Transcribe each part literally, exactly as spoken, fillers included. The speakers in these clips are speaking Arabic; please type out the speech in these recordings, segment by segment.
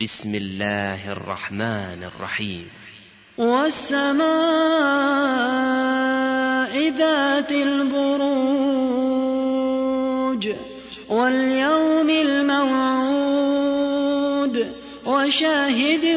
بسم الله الرحمن الرحيم. والسماء ذات البروج واليوم الموعود وشاهد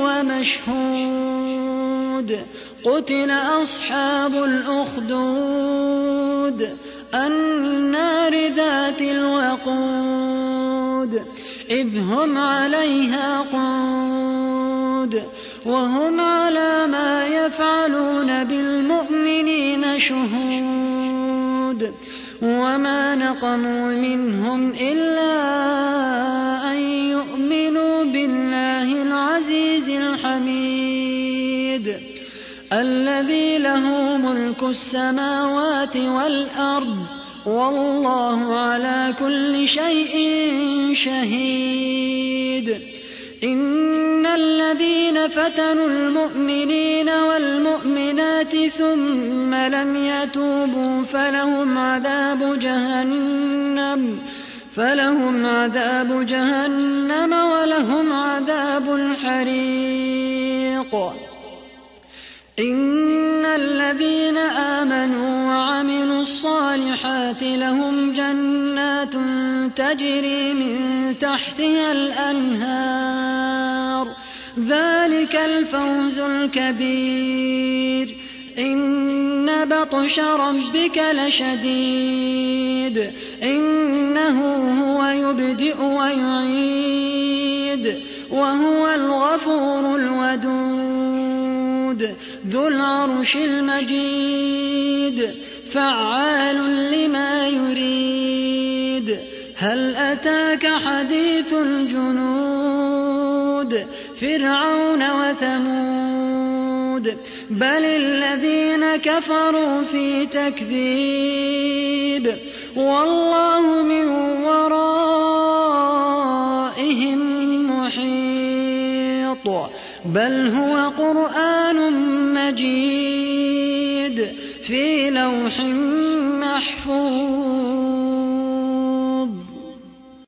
ومشهود قتل أصحاب الأخدود النار ذات الوقود إذ هم عليها قعود وهم على ما يفعلون بالمؤمنين شهود وما نقموا منهم إلا أن يؤمنوا بالله العزيز الحميد الذي له ملك السماوات والأرض والله على كل شيء شهيد. إن الذين فتنوا المؤمنين والمؤمنات ثم لم يتوبوا فلهم عذاب جهنم فلهم عذاب جهنم ولهم عذاب الحريق. إن الذين آمنوا وعملوا الصالحات لهم جنات تجري من تحتها الأنهار ذلك الفوز الكبير. إن بطش ربك لشديد إنه هو يبدئ ويعيد وهو الغفور الودود ذو العرش المجيد فعال لما يريد. هل أتاك حديث الجنود فرعون وثمود بل الذين كفروا في تكذيب والله من ورائهم محيط بل هو قرآن مجيد في لوح محفوظ.